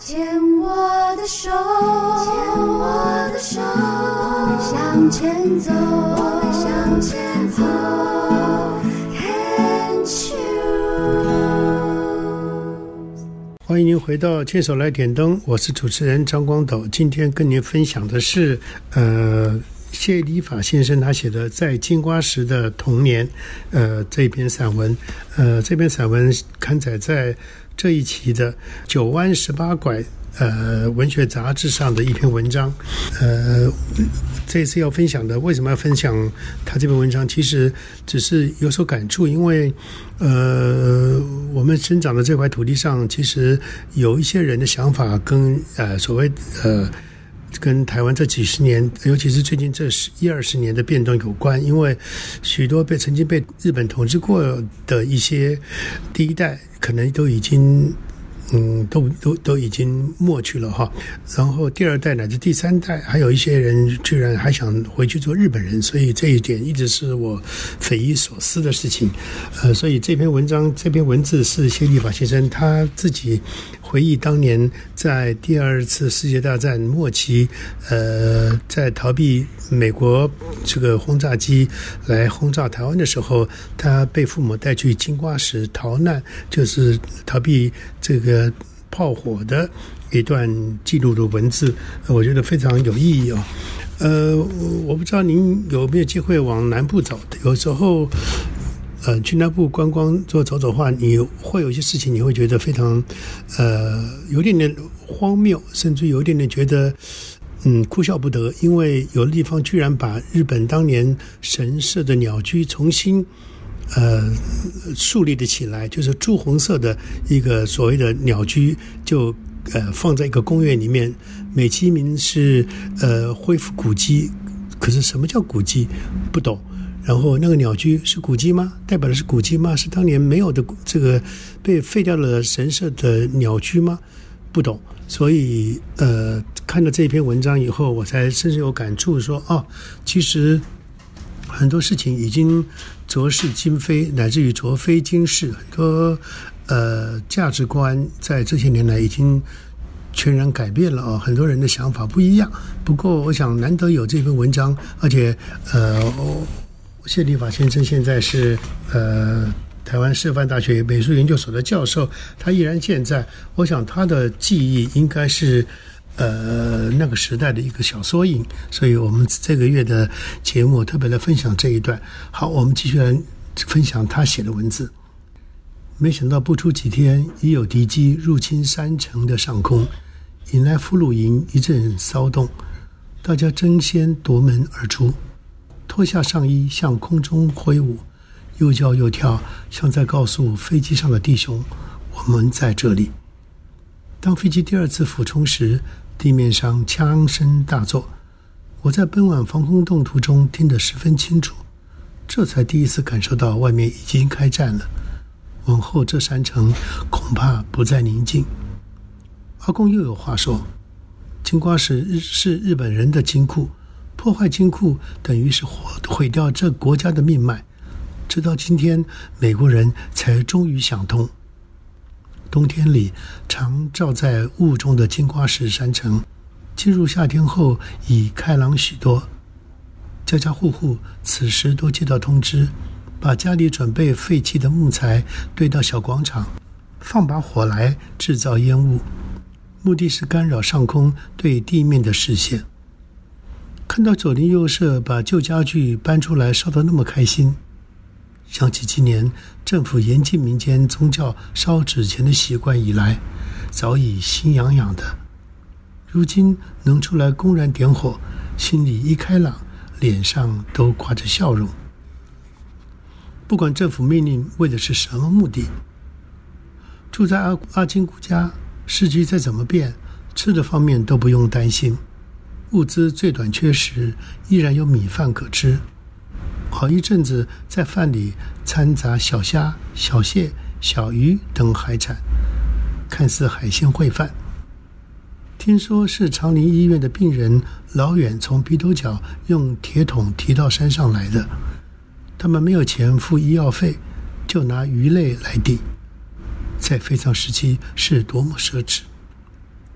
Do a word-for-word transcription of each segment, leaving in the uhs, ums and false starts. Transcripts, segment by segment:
牵我的手，牵我的手，我们向前走，我们向前走。Can't you？ 欢迎您回到牵手来点灯，我是主持人张光斗。今天跟您分享的是，呃，谢里法先生他写的《在金瓜石的童年》呃这篇散文，呃这篇散文刊载在这一期的九弯十八拐呃文学杂志上的一篇文章。呃这次要分享的，为什么要分享他这篇文章，其实只是有所感触，因为呃我们生长的这块土地上，其实有一些人的想法跟呃所谓呃跟台湾这几十年，尤其是最近这一二十年的变动有关。因为许多被曾经被日本统治过的一些第一代，可能都已经嗯，都都都已经没去了哈。然后第二代乃至第三代，还有一些人居然还想回去做日本人，所以这一点一直是我匪夷所思的事情。呃，所以这篇文章，这篇文字是谢里法先生他自己回忆当年在第二次世界大战末期，呃，在逃避美国这个轰炸机来轰炸台湾的时候，他被父母带去金瓜石逃难，就是逃避这个炮火的一段记录的文字，我觉得非常有意义哦。呃，我不知道您有没有机会往南部走，有时候呃去南部观光做走走的话，你会有一些事情你会觉得非常呃有点点荒谬，甚至有一点点觉得嗯哭笑不得，因为有的地方居然把日本当年神社的鸟居重新呃，树立的起来，就是朱红色的一个所谓的鸟居，就呃放在一个公园里面，美其名是呃恢复古迹，可是什么叫古迹不懂。然后那个鸟居是古迹吗？代表的是古迹吗？是当年没有的这个被废掉了神社的鸟居吗？不懂。所以呃看了这篇文章以后，我才深深有感触说，哦，其实很多事情已经昨是今非，乃至于昨非今是，很多呃价值观在这些年来已经全然改变了啊、哦，很多人的想法不一样。不过我想难得有这篇文章，而且呃谢里法先生现在是呃台湾师范大学美术研究所的教授，他依然健在，我想他的记忆应该是呃，那个时代的一个小缩影，所以我们这个月的节目特别来分享这一段。好，我们继续来分享他写的文字。没想到不出几天，已有敌机入侵山城的上空，引来俘虏营一阵骚动，大家争先夺门而出，脱下上衣向空中挥舞，又叫又跳，像在告诉飞机上的弟兄，我们在这里。当飞机第二次俯冲时，地面上枪声大作，我在奔往防空洞途中听得十分清楚，这才第一次感受到外面已经开战了。往后这山城恐怕不再宁静。阿公又有话说，金瓜石是日本人的金库，破坏金库等于是毁掉这国家的命脉。直到今天，美国人才终于想通。冬天里常罩在雾中的金瓜石山城，进入夏天后已开朗许多。家家户户此时都接到通知，把家里准备废弃的木材堆到小广场，放把火来制造烟雾，目的是干扰上空对地面的视线。看到左邻右舍把旧家具搬出来烧得那么开心，想起今年政府严禁民间宗教烧纸钱的习惯以来，早已心痒痒的。如今能出来公然点火，心里一开朗，脸上都挂着笑容。不管政府命令为的是什么目的，住在阿阿金姑家，市局再怎么变，吃的方面都不用担心。物资最短缺时，依然有米饭可吃。好一阵子在饭里掺杂小虾、小蟹、小鱼等海产，看似海鲜烩饭。听说是长林医院的病人老远从鼻头角用铁桶提到山上来的，他们没有钱付医药费，就拿鱼类来抵。在非常时期是多么奢侈。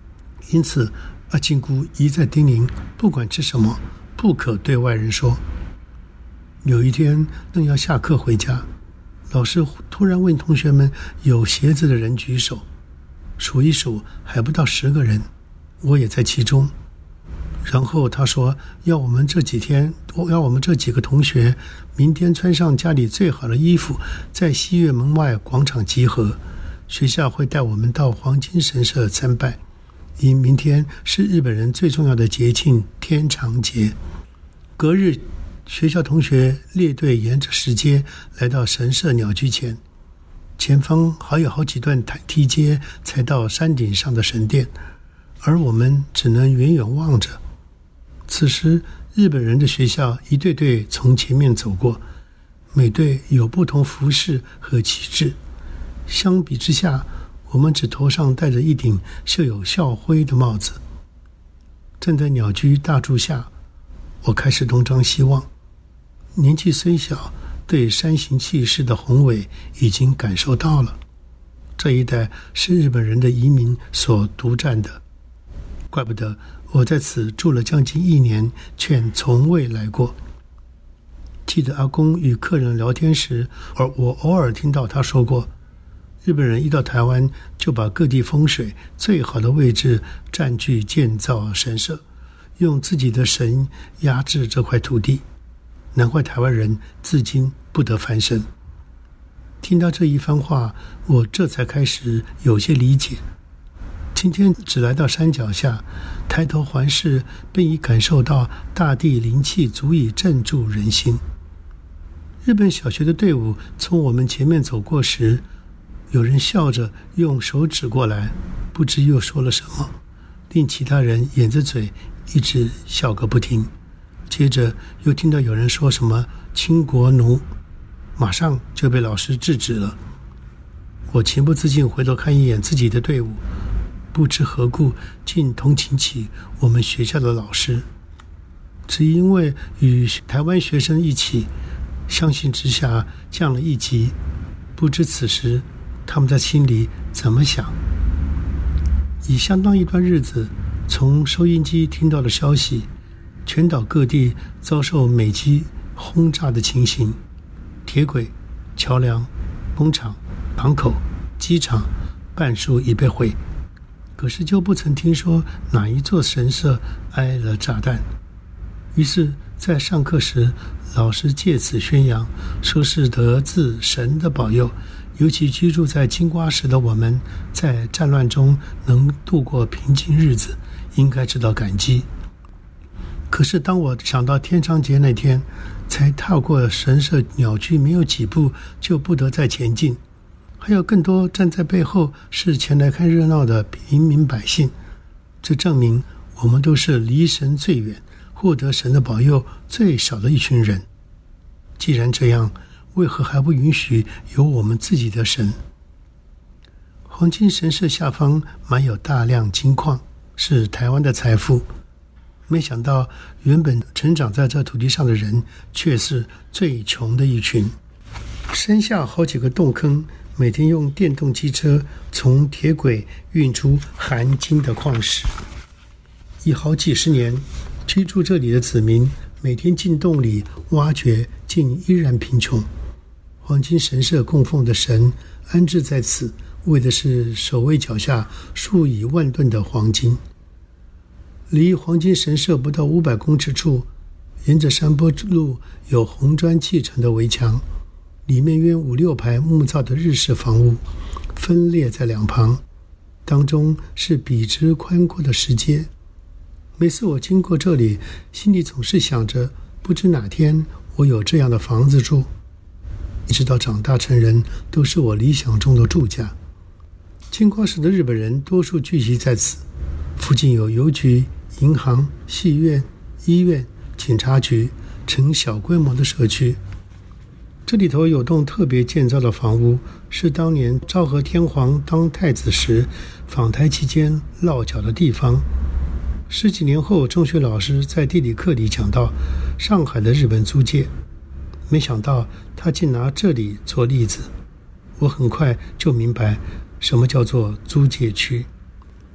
因此阿金姑一再叮咛，不管吃什么，不可对外人说。有一天正要下课回家，老师突然问同学们有鞋子的人举手，数一数还不到十个人，我也在其中。然后他说要我们这几天要我们这几个同学明天穿上家里最好的衣服，在西岳门外广场集合，学校会带我们到黄金神社参拜，因明天是日本人最重要的节庆天长节。隔日学校同学列队沿着石阶来到神社鸟居前，前方还有好几段梯阶才到山顶上的神殿，而我们只能远远望着。此时日本人的学校一队队从前面走过，每队有不同服饰和旗帜，相比之下，我们只头上戴着一顶绣有校徽的帽子。站在鸟居大柱下，我开始东张西望，年纪虽小，对山形气势的宏伟已经感受到了。这一带是日本人的移民所独占的，怪不得我在此住了将近一年，却从未来过。记得阿公与客人聊天时，而我偶尔听到他说过，日本人一到台湾就把各地风水最好的位置占据建造神社，用自己的神压制这块土地，难怪台湾人至今不得翻身。听到这一番话，我这才开始有些理解。今天只来到山脚下，抬头环视，便已感受到大地灵气足以镇住人心。日本小学的队伍从我们前面走过时，有人笑着用手指过来，不知又说了什么，令其他人掩着嘴一直笑个不停。接着又听到有人说什么倾国奴，马上就被老师制止了。我情不自禁回头看一眼自己的队伍，不知何故竟同情起我们学校的老师，只因为与台湾学生一起，相形之下降了一级，不知此时他们在心里怎么想。已相当一段日子，从收音机听到的消息，全岛各地遭受美机轰炸的情形，铁轨、桥梁、工厂、港口、机场半数已被毁，可是就不曾听说哪一座神社挨了炸弹。于是在上课时，老师借此宣扬，说是得自神的保佑，尤其居住在金瓜石的我们，在战乱中能度过平静日子，应该知道感激。可是当我想到天长节那天，才踏过神社鸟居没有几步，就不得再前进，还有更多站在背后是前来看热闹的平民百姓，这证明我们都是离神最远，获得神的保佑最少的一群人。既然这样，为何还不允许有我们自己的神？黄金神社下方埋有大量金矿，是台湾的财富。没想到原本成长在这土地上的人，却是最穷的一群。山下好几个洞坑，每天用电动机车从铁轨运出含金的矿石。已好几十年，居住这里的子民每天进洞里挖掘，竟依然贫穷。黄金神社供奉的神安置在此，为的是守卫脚下数以万吨的黄金。离黄金神社不到五百公尺处，沿着山坡路有红砖砌成的围墙，里面约五六排木造的日式房屋，分列在两旁，当中是笔直宽阔的石阶。每次我经过这里，心里总是想着，不知哪天我有这样的房子住。一直到长大成人，都是我理想中的住家。金瓜石的日本人多数聚集在此，附近有邮局、银行、戏院、医院、警察局，成小规模的社区。这里头有栋特别建造的房屋，是当年昭和天皇当太子时访台期间落脚的地方。十几年后，中学老师在地理课里讲到上海的日本租界，没想到他竟拿这里做例子。我很快就明白什么叫做租界区。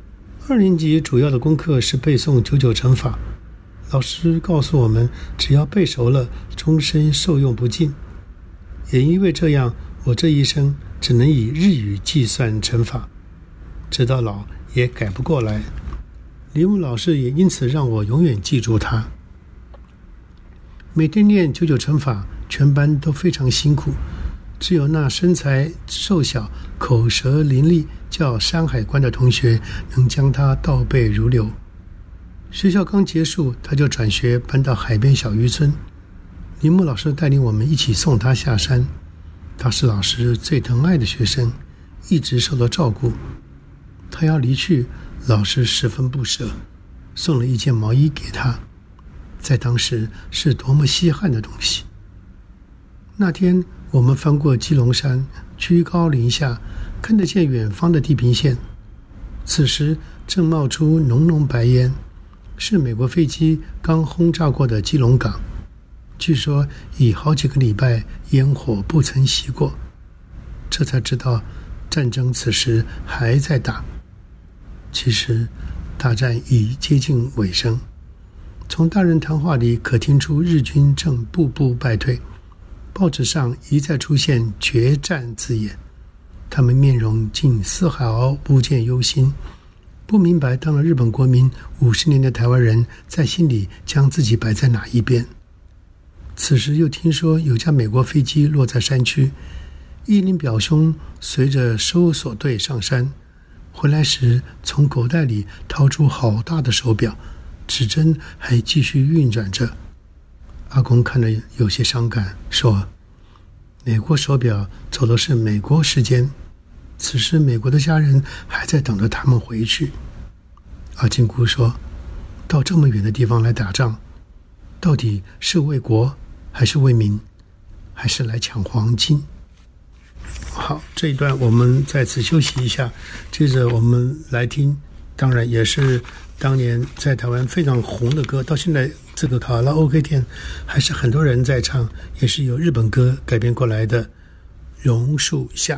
二年级主要的功课是背诵九九乘法，老师告诉我们，只要背熟了，终身受用不尽。也因为这样，我这一生只能以日语计算乘法，直到老也改不过来。李木老师也因此让我永远记住他。每天念九九乘法，全班都非常辛苦，只有那身材瘦小、口舌伶俐叫山海关的同学能将它倒背如流。学校刚结束，他就转学搬到海边小渔村。林木老师带领我们一起送他下山。他是老师最疼爱的学生，一直受到照顾。他要离去，老师十分不舍，送了一件毛衣给他，在当时是多么稀罕的东西。那天我们翻过基隆山，居高临下，看得见远方的地平线。此时正冒出浓浓白烟，是美国飞机刚轰炸过的基隆港。据说已好几个礼拜烟火不曾熄过，这才知道战争此时还在打。其实大战已接近尾声，从大人谈话里可听出日军正步步败退，报纸上一再出现决战字眼，他们面容竟丝毫不见忧心，不明白当了日本国民五十年的台湾人在心里将自己摆在哪一边。此时又听说有架美国飞机落在山区，义林表兄随着搜索队上山，回来时从口袋里掏出好大的手表，指针还继续运转着。阿公看了有些伤感，说美国手表走的是美国时间，此时美国的家人还在等着他们回去。阿金姑说，到这么远的地方来打仗，到底是为国还是为民，还是来抢黄金？好，这一段我们在此休息一下，接着我们来听，当然也是当年在台湾非常红的歌，到现在这个卡拉 OK 店还是很多人在唱，也是由日本歌改编过来的《榕树下》。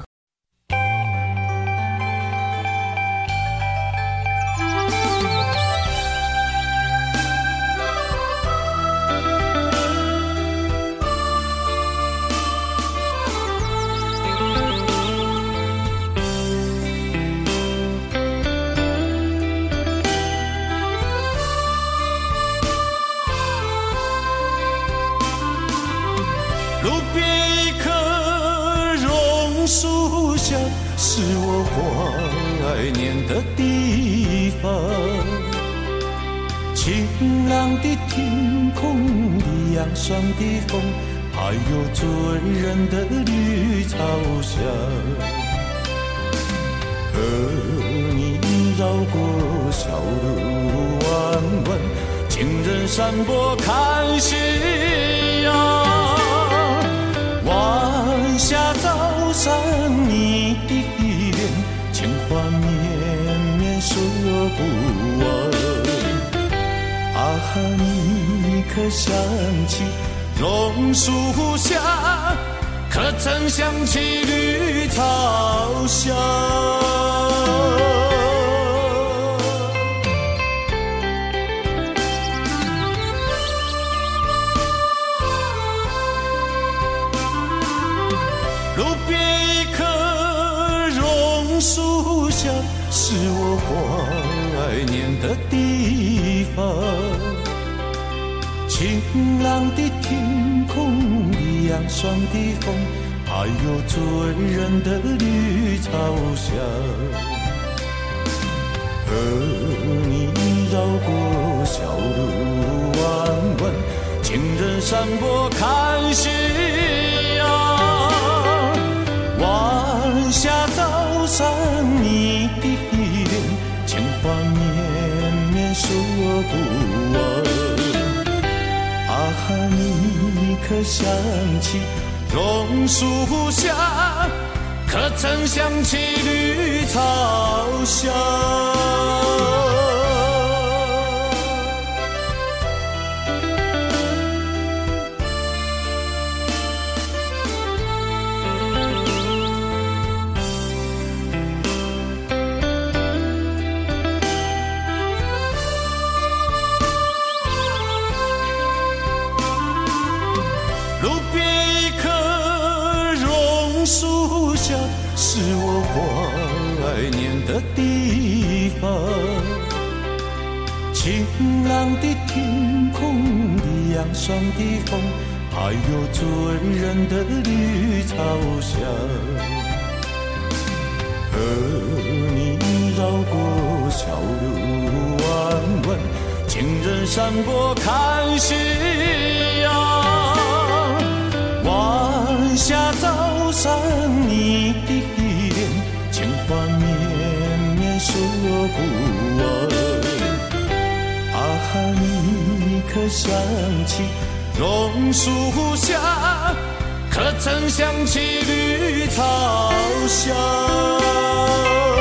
路边一棵榕树下，是我怀念的地方。晴朗的天空，里阳爽的风，还有醉人的绿草香。和你绕过小路弯弯，情人山坡看夕阳。晚霞早上你的脸，情话绵绵说不完。啊哈，你可想起榕树下，可曾想起绿草香？路边一棵榕树下，是我怀念的地方。晴朗的天空，里阳爽的风，还有醉人的绿草香。和你绕过小路弯弯，情人山坡看夕阳。晚霞早上你的脸，情话绵绵说不完。啊哈，你可想起榕树下，可曾想起绿草香？ 的地方，晴朗的天空，凉爽的风，还有醉人的绿草香。和你绕过小路弯弯，情人山坡看夕阳。晚霞照上你的脸，情话绵绵说不完。啊哈，你可想起榕树下，可曾想起绿草香？